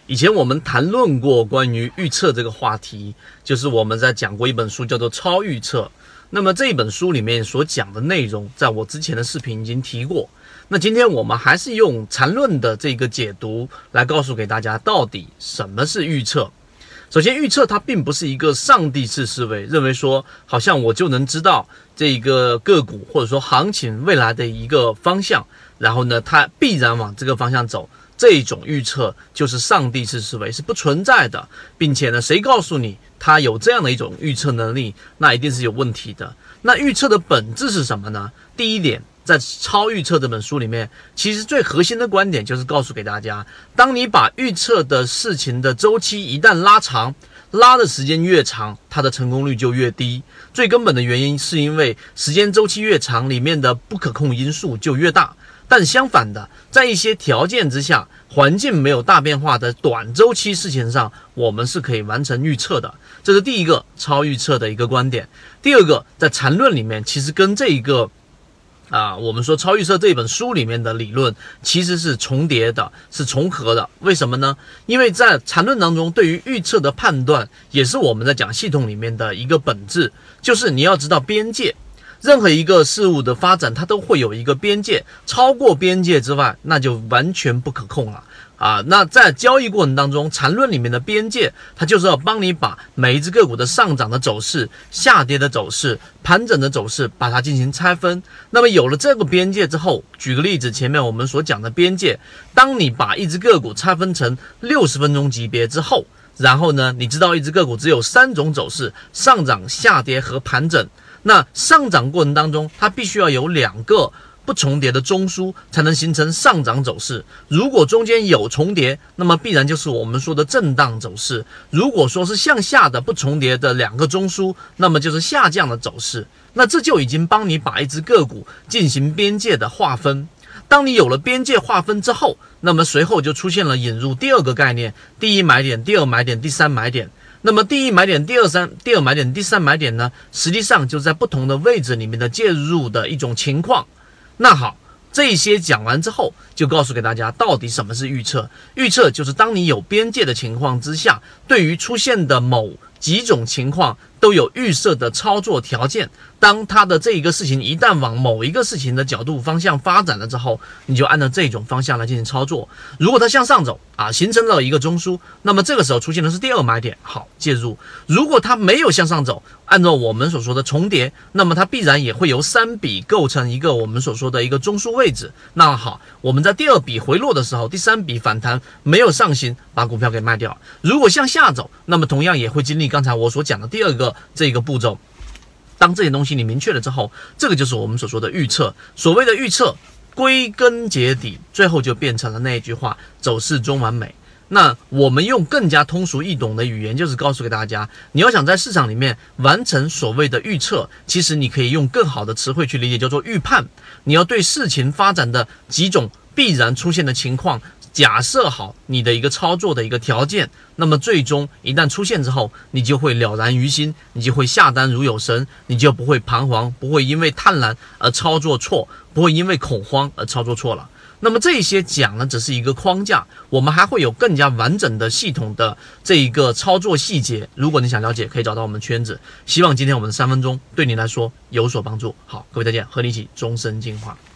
以前我们谈论过关于预测这个话题，就是我们在讲过一本书叫做《超预测》。那么这一本书里面所讲的内容，在我之前的视频已经提过。那今天我们还是用缠论的这个解读来告诉给大家，到底什么是预测。首先，预测它并不是一个上帝式思维，认为说好像我就能知道这个个股或者说行情未来的一个方向，然后呢，它必然往这个方向走。这种预测就是上帝式思维，是不存在的，并且呢，谁告诉你他有这样的一种预测能力，那一定是有问题的。那预测的本质是什么呢？第一点，在《超预测》这本书里面，其实最核心的观点就是告诉给大家，当你把预测的事情的周期一旦拉长，拉的时间越长，它的成功率就越低。最根本的原因是因为时间周期越长，里面的不可控因素就越大。但相反的，在一些条件之下，环境没有大变化的短周期事情上，我们是可以完成预测的。这是第一个超预测的一个观点。第二个，在缠论里面，其实跟这一个我们说超预测这本书里面的理论其实是重叠的，是重合的。为什么呢？因为在缠论当中，对于预测的判断，也是我们在讲系统里面的一个本质，就是你要知道边界。任何一个事物的发展，它都会有一个边界，超过边界之外，那就完全不可控了那在交易过程当中，缠论里面的边界，它就是要帮你把每一只个股的上涨的走势、下跌的走势、盘整的走势，把它进行拆分。那么有了这个边界之后，举个例子，前面我们所讲的边界，当你把一只个股拆分成60分钟级别之后，然后呢，你知道一只个股只有3种走势：上涨、下跌和盘整。那上涨过程当中，它必须要有2个不重叠的中枢，才能形成上涨走势。如果中间有重叠，那么必然就是我们说的震荡走势。如果说是向下的不重叠的2个中枢，那么就是下降的走势。那这就已经帮你把一只个股进行边界的划分。当你有了边界划分之后，那么随后就出现了引入第2个概念：第一买点、第2买点、第3买点。那么第一买点、第二买点、第3买点呢，实际上就在不同的位置里面的介入的一种情况。那好，这些讲完之后，就告诉给大家到底什么是预测。预测就是当你有边界的情况之下，对于出现的某几种情况都有预设的操作条件。当它的这一个事情一旦往某一个事情的角度方向发展了之后，你就按照这种方向来进行操作。如果它向上走形成了一个中枢，那么这个时候出现的是第2买点，好，介入。如果它没有向上走，按照我们所说的重叠，那么它必然也会由3笔构成一个我们所说的一个中枢位置。那好，我们在第2笔回落的时候，第3笔反弹没有上行，把股票给卖掉。如果向下走，那么同样也会经历刚才我所讲的第2个这个步骤。当这些东西你明确了之后，这个就是我们所说的预测。所谓的预测，归根结底，最后就变成了那一句话：走势中完美。那我们用更加通俗易懂的语言，就是告诉给大家，你要想在市场里面完成所谓的预测，其实你可以用更好的词汇去理解，叫做预判。你要对事情发展的几种必然出现的情况，假设好你的一个操作的一个条件，那么最终一旦出现之后，你就会了然于心，你就会下单如有神，你就不会彷徨，不会因为贪婪而操作错，不会因为恐慌而操作错了。那么这些讲呢，只是一个框架，我们还会有更加完整的系统的这一个操作细节。如果你想了解，可以找到我们圈子。希望今天我们的3分钟对你来说有所帮助。好，各位再见，和你一起终身进化。